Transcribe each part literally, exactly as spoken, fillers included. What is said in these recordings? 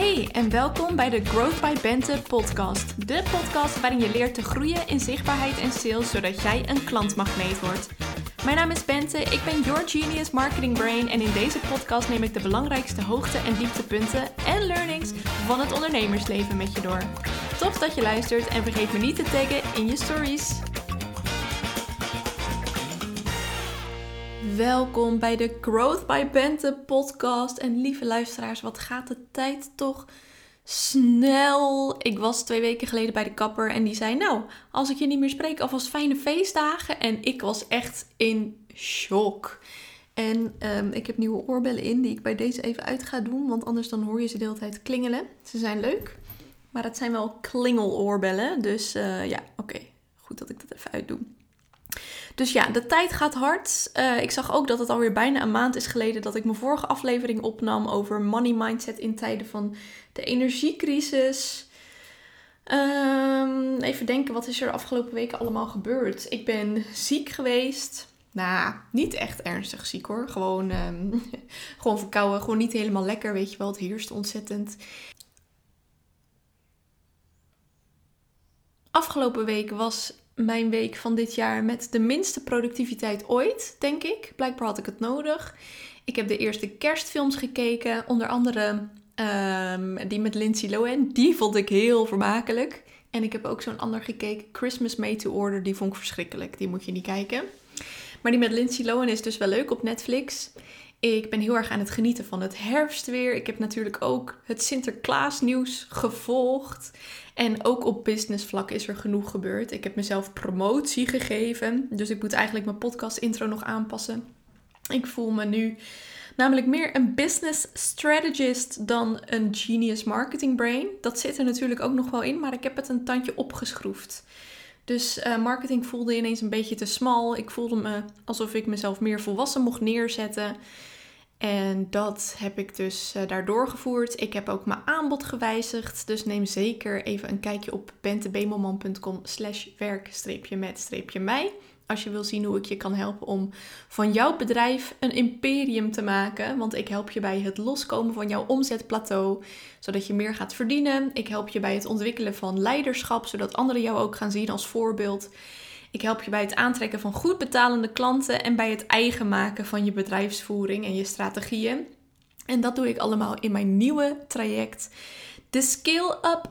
Hey en welkom bij de Growth by Bente podcast. De podcast waarin je leert te groeien in zichtbaarheid en sales, zodat jij een klantmagneet wordt. Mijn naam is Bente, ik ben Your Genius Marketing Brain en in deze podcast neem ik de belangrijkste hoogte- en dieptepunten en learnings van het ondernemersleven met je door. Tof dat je luistert en vergeet me niet te taggen in je stories. Welkom bij de Growth by Bente podcast. En lieve luisteraars, wat gaat de tijd toch snel. Ik was twee weken geleden bij de kapper en die zei, nou, als ik je niet meer spreek, alvast fijne feestdagen. En ik was echt in shock. En um, ik heb nieuwe oorbellen in die ik bij deze even uit ga doen, want anders dan hoor je ze de hele tijd klingelen. Ze zijn leuk, maar het zijn wel klingeloorbellen. Dus uh, ja, oké, okay. Goed dat ik dat even uitdoe. Dus ja, de tijd gaat hard. Uh, ik zag ook dat het alweer bijna een maand is geleden dat ik mijn vorige aflevering opnam over money mindset in tijden van de energiecrisis. Um, even denken, wat is er de afgelopen weken allemaal gebeurd? Ik ben ziek geweest. Nou, niet echt ernstig ziek hoor. Gewoon, um, gewoon verkouden, gewoon niet helemaal lekker, weet je wel. Het heerst ontzettend. Afgelopen week was mijn week van dit jaar met de minste productiviteit ooit, denk ik. Blijkbaar had ik het nodig. Ik heb de eerste kerstfilms gekeken. Onder andere um, die met Lindsay Lohan. Die vond ik heel vermakelijk. En ik heb ook zo'n ander gekeken. Christmas Made to Order. Die vond ik verschrikkelijk. Die moet je niet kijken. Maar die met Lindsay Lohan is dus wel leuk op Netflix. Ik ben heel erg aan het genieten van het herfstweer. Ik heb natuurlijk ook het Sinterklaasnieuws gevolgd. En ook op businessvlak is er genoeg gebeurd. Ik heb mezelf promotie gegeven. Dus ik moet eigenlijk mijn podcast intro nog aanpassen. Ik voel me nu namelijk meer een business strategist dan een genius marketing brain. Dat zit er natuurlijk ook nog wel in, maar ik heb het een tandje opgeschroefd. Dus uh, marketing voelde ineens een beetje te smal. Ik voelde me alsof ik mezelf meer volwassen mocht neerzetten. En dat heb ik dus uh, daar doorgevoerd. Ik heb ook mijn aanbod gewijzigd. Dus neem zeker even een kijkje op bentebemelman.com slash werk streepje met streepje mij. Als je wil zien hoe ik je kan helpen om van jouw bedrijf een imperium te maken. Want ik help je bij het loskomen van jouw omzetplateau. Zodat je meer gaat verdienen. Ik help je bij het ontwikkelen van leiderschap. Zodat anderen jou ook gaan zien als voorbeeld. Ik help je bij het aantrekken van goed betalende klanten en bij het eigen maken van je bedrijfsvoering en je strategieën. En dat doe ik allemaal in mijn nieuwe traject, de Scale Up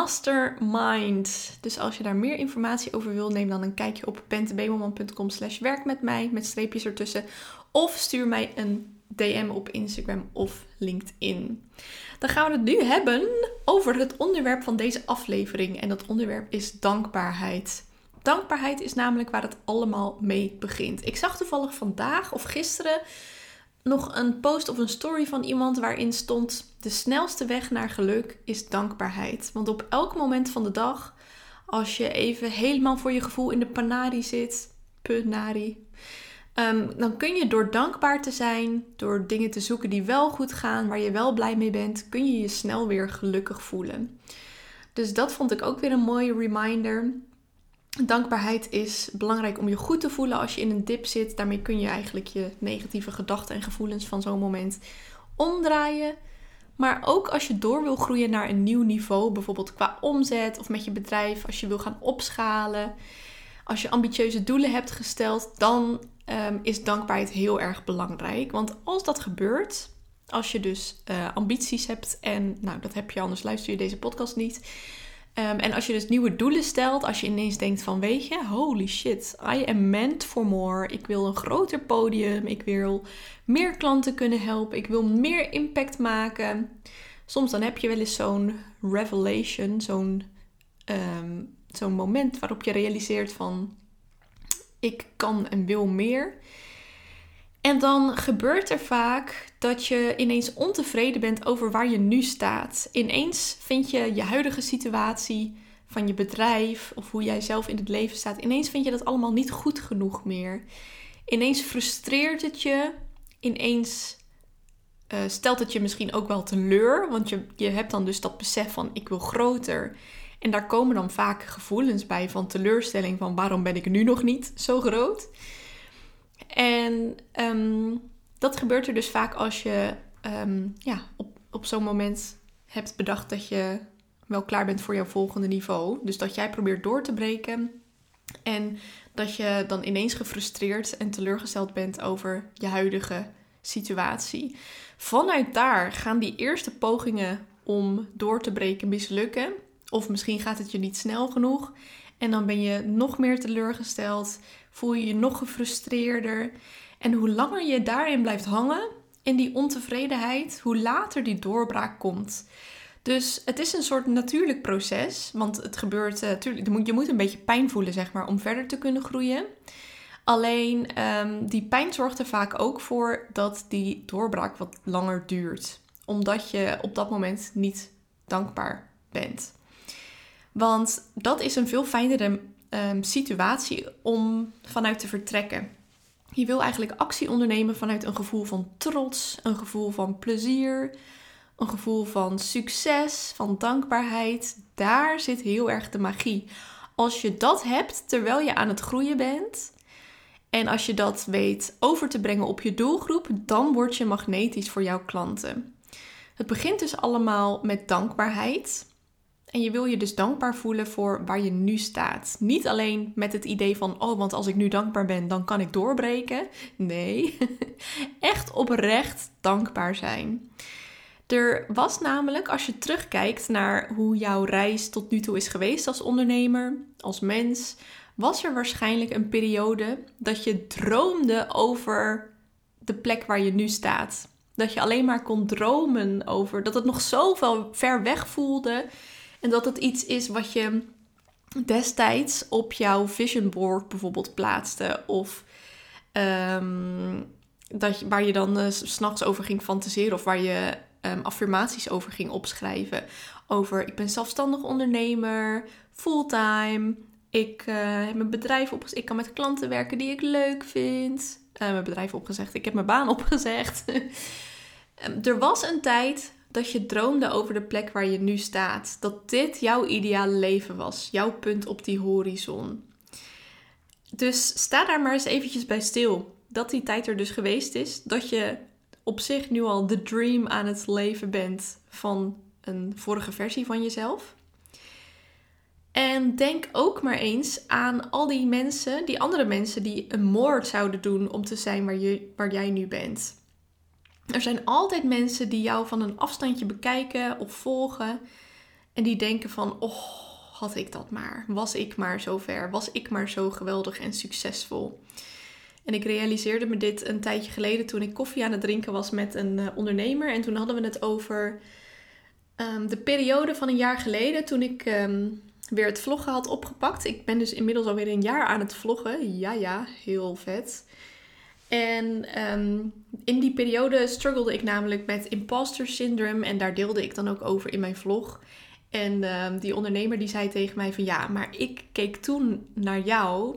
Mastermind. Dus als je daar meer informatie over wil, neem dan een kijkje op bentebemelman.com slash werk met mij, met streepjes ertussen. Of stuur mij een D M op Instagram of LinkedIn. Dan gaan we het nu hebben over het onderwerp van deze aflevering. En dat onderwerp is dankbaarheid. Dankbaarheid is namelijk waar het allemaal mee begint. Ik zag toevallig vandaag of gisteren nog een post of een story van iemand waarin stond: de snelste weg naar geluk is dankbaarheid. Want op elk moment van de dag, als je even helemaal voor je gevoel in de panari zit, panari, um, dan kun je door dankbaar te zijn, door dingen te zoeken die wel goed gaan, waar je wel blij mee bent, kun je je snel weer gelukkig voelen. Dus dat vond ik ook weer een mooie reminder. Dankbaarheid is belangrijk om je goed te voelen als je in een dip zit. Daarmee kun je eigenlijk je negatieve gedachten en gevoelens van zo'n moment omdraaien. Maar ook als je door wil groeien naar een nieuw niveau, bijvoorbeeld qua omzet of met je bedrijf, als je wil gaan opschalen, als je ambitieuze doelen hebt gesteld, dan um, is dankbaarheid heel erg belangrijk. Want als dat gebeurt, als je dus uh, ambities hebt en, nou dat heb je, anders luister je deze podcast niet. Um, en als je dus nieuwe doelen stelt, als je ineens denkt van, weet je, holy shit, I am meant for more. Ik wil een groter podium, ik wil meer klanten kunnen helpen, ik wil meer impact maken. Soms dan heb je wel eens zo'n revelation, zo'n, um, zo'n moment waarop je realiseert van, ik kan en wil meer. En dan gebeurt er vaak dat je ineens ontevreden bent over waar je nu staat. Ineens vind je je huidige situatie van je bedrijf of hoe jij zelf in het leven staat. Ineens vind je dat allemaal niet goed genoeg meer. Ineens frustreert het je. Ineens uh, stelt het je misschien ook wel teleur. Want je, je hebt dan dus dat besef van ik wil groter. En daar komen dan vaak gevoelens bij van teleurstelling van waarom ben ik nu nog niet zo groot. En um, dat gebeurt er dus vaak als je um, ja, op, op zo'n moment hebt bedacht dat je wel klaar bent voor jouw volgende niveau. Dus dat jij probeert door te breken. En dat je dan ineens gefrustreerd en teleurgesteld bent over je huidige situatie. Vanuit daar gaan die eerste pogingen om door te breken mislukken. Of misschien gaat het je niet snel genoeg. En dan ben je nog meer teleurgesteld. Voel je je nog gefrustreerder. En hoe langer je daarin blijft hangen, in die ontevredenheid, hoe later die doorbraak komt. Dus het is een soort natuurlijk proces. Want het gebeurt, uh, tuurlijk, je moet een beetje pijn voelen, zeg maar, om verder te kunnen groeien. Alleen um, die pijn zorgt er vaak ook voor dat die doorbraak wat langer duurt. Omdat je op dat moment niet dankbaar bent. Want dat is een veel fijnere um, situatie om vanuit te vertrekken. Je wil eigenlijk actie ondernemen vanuit een gevoel van trots, een gevoel van plezier, een gevoel van succes, van dankbaarheid. Daar zit heel erg de magie. Als je dat hebt terwijl je aan het groeien bent en als je dat weet over te brengen op je doelgroep, dan word je magnetisch voor jouw klanten. Het begint dus allemaal met dankbaarheid. En je wil je dus dankbaar voelen voor waar je nu staat. Niet alleen met het idee van, oh, want als ik nu dankbaar ben, dan kan ik doorbreken. Nee, echt oprecht dankbaar zijn. Er was namelijk, als je terugkijkt naar hoe jouw reis tot nu toe is geweest als ondernemer, als mens, was er waarschijnlijk een periode dat je droomde over de plek waar je nu staat. Dat je alleen maar kon dromen over, dat het nog zoveel ver weg voelde. En dat het iets is wat je destijds op jouw vision board bijvoorbeeld plaatste. Of um, dat je, waar je dan uh, 's nachts over ging fantaseren. Of waar je um, affirmaties over ging opschrijven. Over ik ben zelfstandig ondernemer, fulltime. Ik uh, heb mijn bedrijf opgezegd. Ik kan met klanten werken die ik leuk vind. Uh, mijn bedrijf opgezegd. Ik heb mijn baan opgezegd. um, er was een tijd dat je droomde over de plek waar je nu staat. Dat dit jouw ideale leven was. Jouw punt op die horizon. Dus sta daar maar eens eventjes bij stil. Dat die tijd er dus geweest is. Dat je op zich nu al de dream aan het leven bent van een vorige versie van jezelf. En denk ook maar eens aan al die mensen, die andere mensen die een moord zouden doen om te zijn waar, je, waar jij nu bent. Er zijn altijd mensen die jou van een afstandje bekijken of volgen. En die denken van, oh, had ik dat maar. Was ik maar zo ver. Was ik maar zo geweldig en succesvol. En ik realiseerde me dit een tijdje geleden toen ik koffie aan het drinken was met een uh, ondernemer. En toen hadden we het over um, de periode van een jaar geleden toen ik um, weer het vloggen had opgepakt. Ik ben dus inmiddels alweer een jaar aan het vloggen. Ja, ja, heel vet. En um, in die periode struggelde ik namelijk met imposter syndrome. En daar deelde ik dan ook over in mijn vlog. En um, die ondernemer die zei tegen mij van ja, maar ik keek toen naar jou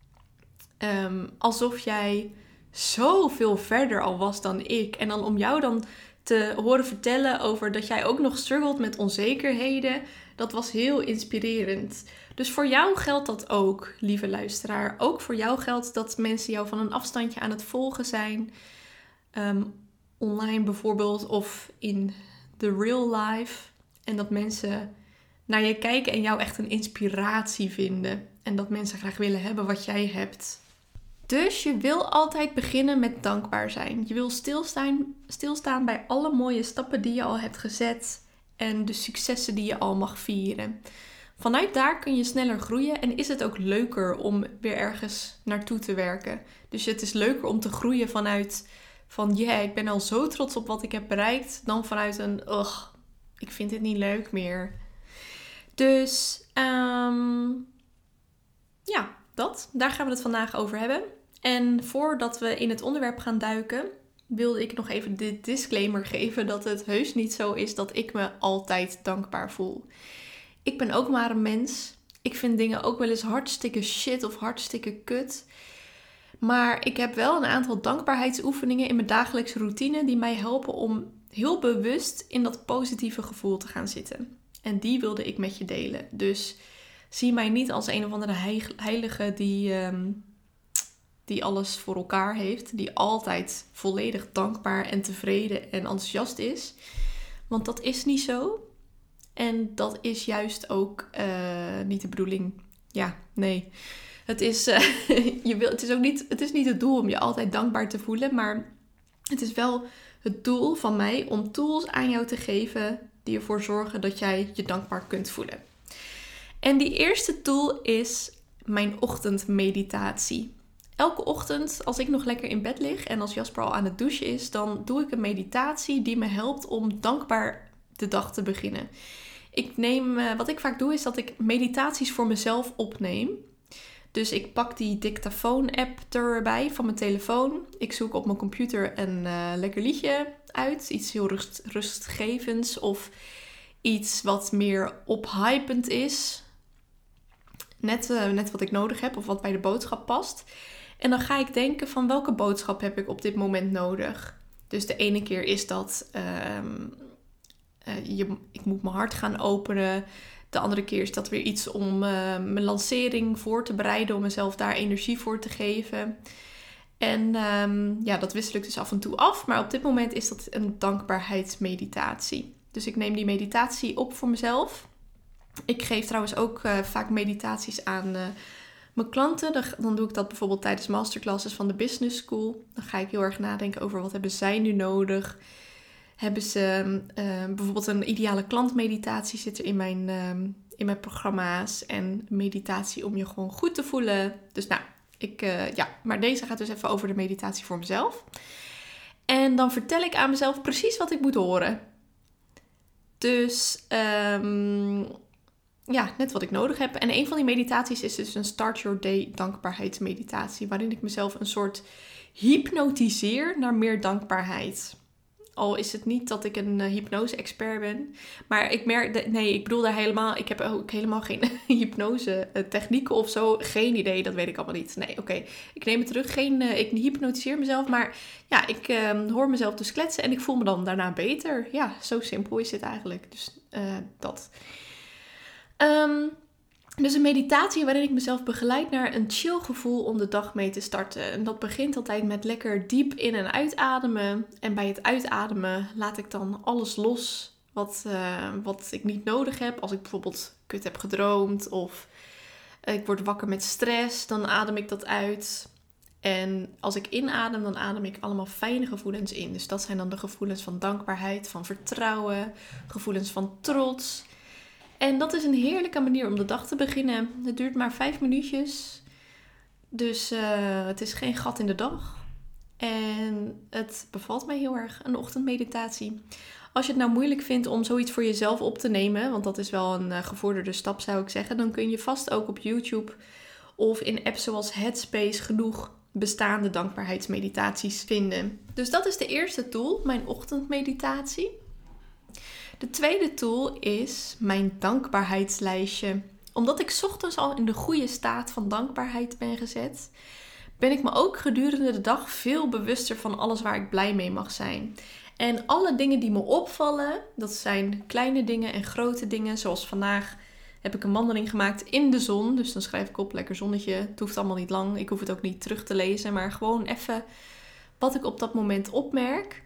um, alsof jij zoveel verder al was dan ik. En dan om jou dan te horen vertellen over dat jij ook nog struggelt met onzekerheden. Dat was heel inspirerend. Dus voor jou geldt dat ook, lieve luisteraar. Ook voor jou geldt dat mensen jou van een afstandje aan het volgen zijn. Um, online bijvoorbeeld of in the real life. En dat mensen naar je kijken en jou echt een inspiratie vinden. En dat mensen graag willen hebben wat jij hebt. Dus je wil altijd beginnen met dankbaar zijn. Je wil stilstaan, stilstaan bij alle mooie stappen die je al hebt gezet. En de successen die je al mag vieren. Vanuit daar kun je sneller groeien en is het ook leuker om weer ergens naartoe te werken. Dus het is leuker om te groeien vanuit van ja, yeah, ik ben al zo trots op wat ik heb bereikt. Dan vanuit een, ugh, ik vind dit niet leuk meer. Dus um, ja, dat. Daar gaan we het vandaag over hebben. En voordat we in het onderwerp gaan duiken, wilde ik nog even de disclaimer geven dat het heus niet zo is dat ik me altijd dankbaar voel. Ik ben ook maar een mens. Ik vind dingen ook wel eens hartstikke shit of hartstikke kut. Maar ik heb wel een aantal dankbaarheidsoefeningen in mijn dagelijkse routine die mij helpen om heel bewust in dat positieve gevoel te gaan zitten. En die wilde ik met je delen. Dus zie mij niet als een of andere heilige die, um, die alles voor elkaar heeft. Die altijd volledig dankbaar en tevreden en enthousiast is. Want dat is niet zo. En dat is juist ook uh, niet de bedoeling. Ja, nee. Het is, uh, je wil, het is ook niet, het is niet het doel om je altijd dankbaar te voelen. Maar het is wel het doel van mij om tools aan jou te geven die ervoor zorgen dat jij je dankbaar kunt voelen. En die eerste tool is mijn ochtendmeditatie. Elke ochtend als ik nog lekker in bed lig en als Jasper al aan het douchen is, dan doe ik een meditatie die me helpt om dankbaar de dag te beginnen. Ik neem, uh, wat ik vaak doe is dat ik meditaties voor mezelf opneem. Dus ik pak die dictafoon-app erbij van mijn telefoon. Ik zoek op mijn computer een uh, lekker liedje uit. Iets heel rust, rustgevends of iets wat meer ophypend is. Net, uh, net wat ik nodig heb of wat bij de boodschap past. En dan ga ik denken van welke boodschap heb ik op dit moment nodig. Dus de ene keer is dat uh, uh, je, ik moet mijn hart gaan openen. De andere keer is dat weer iets om uh, mijn lancering voor te bereiden. Om mezelf daar energie voor te geven. En um, ja, dat wissel ik dus af en toe af. Maar op dit moment is dat een dankbaarheidsmeditatie. Dus ik neem die meditatie op voor mezelf. Ik geef trouwens ook uh, vaak meditaties aan uh, mijn klanten. Dan, dan doe ik dat bijvoorbeeld tijdens masterclasses van de Business School. Dan ga ik heel erg nadenken over wat hebben zij nu nodig. Hebben ze uh, bijvoorbeeld een ideale klantmeditatie zit er in mijn, uh, in mijn programma's. En meditatie om je gewoon goed te voelen. Dus nou, ik, uh, ja, maar deze gaat dus even over de meditatie voor mezelf. En dan vertel ik aan mezelf precies wat ik moet horen. Dus um, ja, net wat ik nodig heb. En een van die meditaties is dus een Start Your Day dankbaarheidsmeditatie. Waarin ik mezelf een soort hypnotiseer naar meer dankbaarheid. Al is het niet dat ik een uh, hypnose-expert ben. Maar ik merk, de, nee, ik bedoel daar helemaal, ik heb ook helemaal geen hypnose-technieken of zo. Geen idee, dat weet ik allemaal niet. Nee, oké, okay. Ik neem het terug. Geen, uh, ik hypnotiseer mezelf, maar ja, ik uh, hoor mezelf dus kletsen en ik voel me dan daarna beter. Ja, zo simpel is het eigenlijk. Dus uh, dat. Um, Dus een meditatie waarin ik mezelf begeleid naar een chill gevoel om de dag mee te starten. En dat begint altijd met lekker diep in- en uitademen. En bij het uitademen laat ik dan alles los wat, uh, wat ik niet nodig heb. Als ik bijvoorbeeld kut heb gedroomd of uh, ik word wakker met stress, dan adem ik dat uit. En als ik inadem, dan adem ik allemaal fijne gevoelens in. Dus dat zijn dan de gevoelens van dankbaarheid, van vertrouwen, gevoelens van trots. En dat is een heerlijke manier om de dag te beginnen. Het duurt maar vijf minuutjes. Dus uh, het is geen gat in de dag. En het bevalt mij heel erg, een ochtendmeditatie. Als je het nou moeilijk vindt om zoiets voor jezelf op te nemen, want dat is wel een uh, gevorderde stap zou ik zeggen, dan kun je vast ook op YouTube of in apps zoals Headspace genoeg bestaande dankbaarheidsmeditaties vinden. Dus dat is de eerste tool, mijn ochtendmeditatie. De tweede tool is mijn dankbaarheidslijstje. Omdat ik 's ochtends al in de goede staat van dankbaarheid ben gezet, ben ik me ook gedurende de dag veel bewuster van alles waar ik blij mee mag zijn. En alle dingen die me opvallen, dat zijn kleine dingen en grote dingen. Zoals vandaag heb ik een wandeling gemaakt in de zon. Dus dan schrijf ik op, lekker zonnetje. Het hoeft allemaal niet lang. Ik hoef het ook niet terug te lezen. Maar gewoon even wat ik op dat moment opmerk.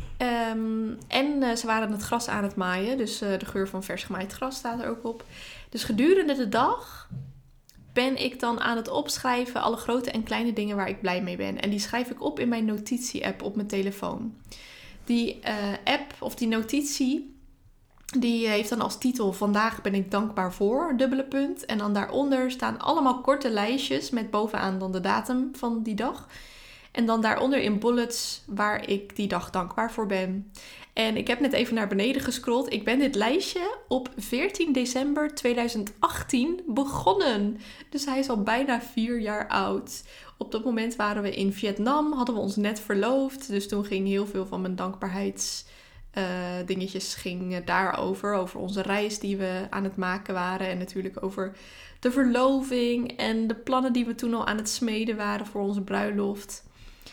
Um, en uh, ze waren het gras aan het maaien. Dus uh, de geur van vers gemaaid gras staat er ook op. Dus gedurende de dag ben ik dan aan het opschrijven alle grote en kleine dingen waar ik blij mee ben. En die schrijf ik op in mijn notitie-app op mijn telefoon. Die uh, app of die notitie, die heeft dan als titel: vandaag ben ik dankbaar voor, dubbele punt. En dan daaronder staan allemaal korte lijstjes met bovenaan dan de datum van die dag. En dan daaronder in bullets waar ik die dag dankbaar voor ben. En ik heb net even naar beneden gescrolld. Ik ben dit lijstje op veertien december tweeduizend achttien begonnen. Dus hij is al bijna vier jaar oud. Op dat moment waren we in Vietnam, hadden we ons net verloofd. Dus toen ging heel veel van mijn dankbaarheidsdingetjes uh, ging daarover. Over onze reis die we aan het maken waren. En natuurlijk over de verloving en de plannen die we toen al aan het smeden waren voor onze bruiloft.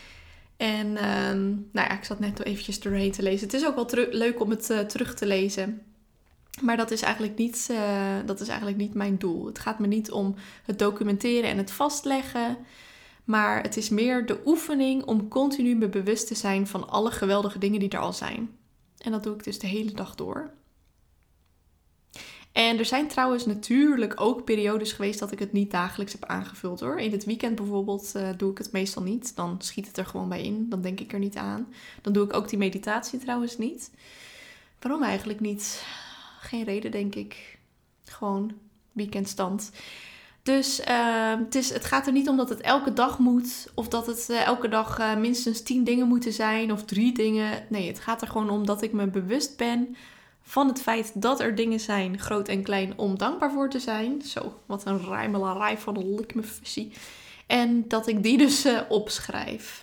En um, nou ja, ik zat net eventjes doorheen te lezen. Het is ook wel teru- leuk om het uh, terug te lezen. Maar dat is, eigenlijk niet, uh, dat is eigenlijk niet mijn doel. Het gaat me niet om het documenteren en het vastleggen. Maar het is meer de oefening om continu me bewust te zijn van alle geweldige dingen die er al zijn. En dat doe ik dus de hele dag door. En er zijn trouwens natuurlijk ook periodes geweest dat ik het niet dagelijks heb aangevuld hoor. In het weekend bijvoorbeeld uh, doe ik het meestal niet. Dan schiet het er gewoon bij in. Dan denk ik er niet aan. Dan doe ik ook die meditatie trouwens niet. Waarom eigenlijk niet? Geen reden denk ik. Gewoon weekendstand. Dus uh, het, is, het gaat er niet om dat het elke dag moet. Of dat het uh, elke dag uh, minstens tien dingen moeten zijn. Of drie dingen. Nee, het gaat er gewoon om dat ik me bewust ben van het feit dat er dingen zijn, groot en klein, om dankbaar voor te zijn. Zo, wat een rijmelarij van een lik me fussie. En dat ik die dus uh, opschrijf.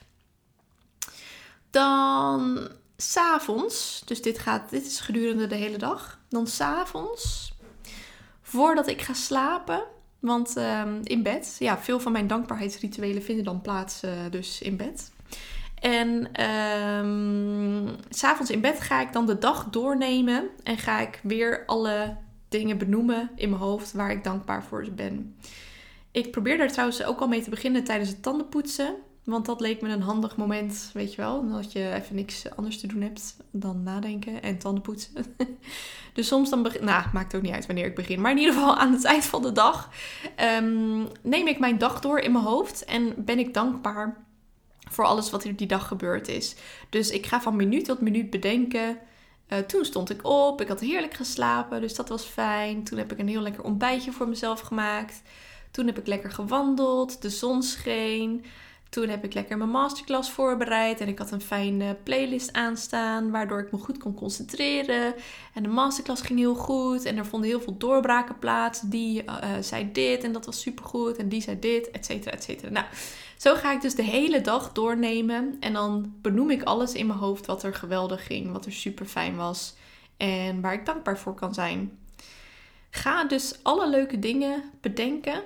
Dan 's avonds, dus dit, gaat, dit is gedurende de hele dag. Dan 's avonds, voordat ik ga slapen, want uh, in bed, ja, veel van mijn dankbaarheidsrituelen vinden dan plaats uh, dus in bed. En um, 's avonds in bed ga ik dan de dag doornemen en ga ik weer alle dingen benoemen in mijn hoofd waar ik dankbaar voor ben. Ik probeer daar trouwens ook al mee te beginnen tijdens het tandenpoetsen. Want dat leek me een handig moment, weet je wel. Dat je even niks anders te doen hebt dan nadenken en tandenpoetsen. Dus soms dan begin... Nou, maakt ook niet uit wanneer ik begin. Maar in ieder geval aan het eind van de dag um, neem ik mijn dag door in mijn hoofd. En ben ik dankbaar voor alles wat er die dag gebeurd is. Dus ik ga van minuut tot minuut bedenken. Uh, toen stond ik op. Ik had heerlijk geslapen. Dus dat was fijn. Toen heb ik een heel lekker ontbijtje voor mezelf gemaakt. Toen heb ik lekker gewandeld. De zon scheen. Toen heb ik lekker mijn masterclass voorbereid. En ik had een fijne playlist aanstaan. Waardoor ik me goed kon concentreren. En de masterclass ging heel goed. En er vonden heel veel doorbraken plaats. Die uh, zei dit en dat was supergoed. En die zei dit, et cetera, et cetera. Nou, zo ga ik dus de hele dag doornemen. En dan benoem ik alles in mijn hoofd wat er geweldig ging. Wat er super fijn was. En waar ik dankbaar voor kan zijn. Ga dus alle leuke dingen bedenken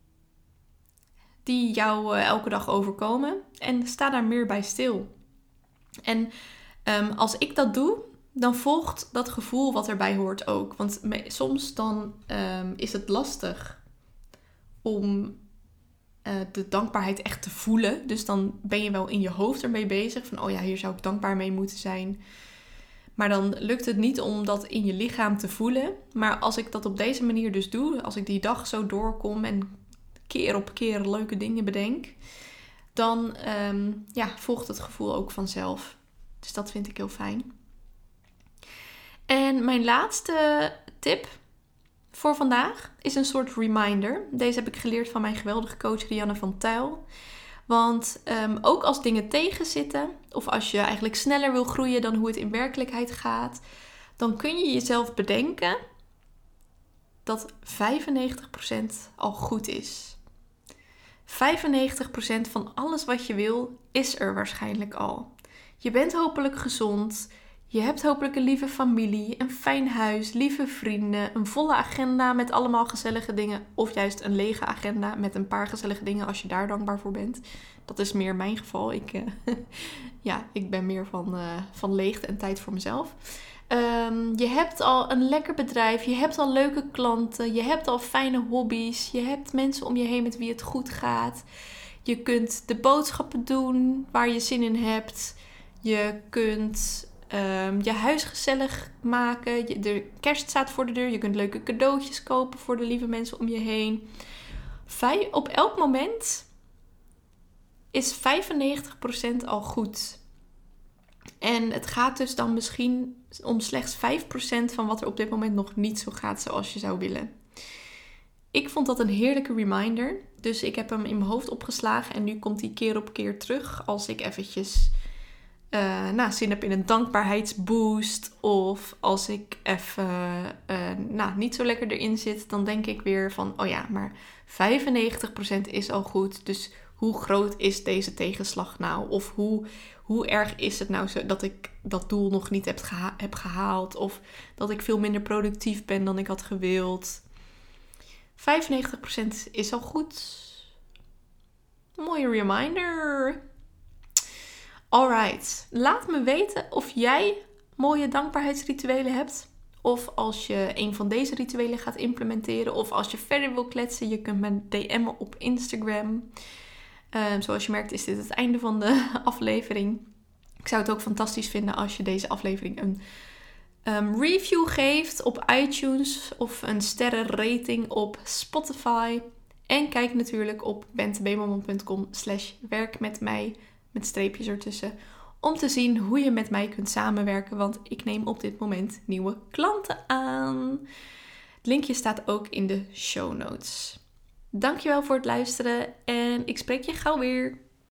die jou uh, elke dag overkomen. En sta daar meer bij stil. En um, als ik dat doe, dan volgt dat gevoel wat erbij hoort ook. Want me, soms dan um, is het lastig om uh, de dankbaarheid echt te voelen. Dus dan ben je wel in je hoofd ermee bezig. Van oh ja, hier zou ik dankbaar mee moeten zijn. Maar dan lukt het niet om dat in je lichaam te voelen. Maar als ik dat op deze manier dus doe, als ik die dag zo doorkom en keer op keer leuke dingen bedenk, dan um, ja, volgt het gevoel ook vanzelf. Dus dat vind ik heel fijn. En mijn laatste tip voor vandaag is een soort reminder. Deze heb ik geleerd van mijn geweldige coach Rianne van Tuyl. Want um, ook als dingen tegenzitten, of als je eigenlijk sneller wil groeien dan hoe het in werkelijkheid gaat, dan kun je jezelf bedenken dat vijfennegentig procent al goed is. vijfennegentig procent van alles wat je wil, is er waarschijnlijk al. Je bent hopelijk gezond. Je hebt hopelijk een lieve familie, een fijn huis, lieve vrienden, een volle agenda met allemaal gezellige dingen. Of juist een lege agenda met een paar gezellige dingen als je daar dankbaar voor bent. Dat is meer mijn geval. Ik, uh, ja, ik ben meer van, uh, van leegte en tijd voor mezelf. Um, je hebt al een lekker bedrijf, je hebt al leuke klanten, je hebt al fijne hobby's, je hebt mensen om je heen met wie het goed gaat. Je kunt de boodschappen doen waar je zin in hebt. Je kunt um, je huis gezellig maken. Je, de kerst staat voor de deur. Je kunt leuke cadeautjes kopen voor de lieve mensen om je heen. Vij, op elk moment is vijfennegentig procent al goed. En het gaat dus dan misschien om slechts vijf procent van wat er op dit moment nog niet zo gaat zoals je zou willen. Ik vond dat een heerlijke reminder. Dus ik heb hem in mijn hoofd opgeslagen en nu komt hij keer op keer terug als ik eventjes uh, nou, zin heb in een dankbaarheidsboost. Of als ik even uh, nou, niet zo lekker erin zit, dan denk ik weer van oh ja, maar vijfennegentig procent is al goed. Dus hoe groot is deze tegenslag nou? Of hoe, hoe erg is het nou zo dat ik dat doel nog niet heb, geha- heb gehaald? Of dat ik veel minder productief ben dan ik had gewild? vijfennegentig procent is al goed. Mooie reminder. Alright. Laat me weten of jij mooie dankbaarheidsrituelen hebt. Of als je een van deze rituelen gaat implementeren. Of als je verder wil kletsen. Je kunt me D M'en op Instagram. Um, zoals je merkt is dit het einde van de aflevering. Ik zou het ook fantastisch vinden als je deze aflevering een um, review geeft op iTunes of een sterrenrating op Spotify. En kijk natuurlijk op bentebemelman.com slash werk met mij, met streepjes ertussen, om te zien hoe je met mij kunt samenwerken, want ik neem op dit moment nieuwe klanten aan. Het linkje staat ook in de show notes. Dankjewel voor het luisteren en ik spreek je gauw weer.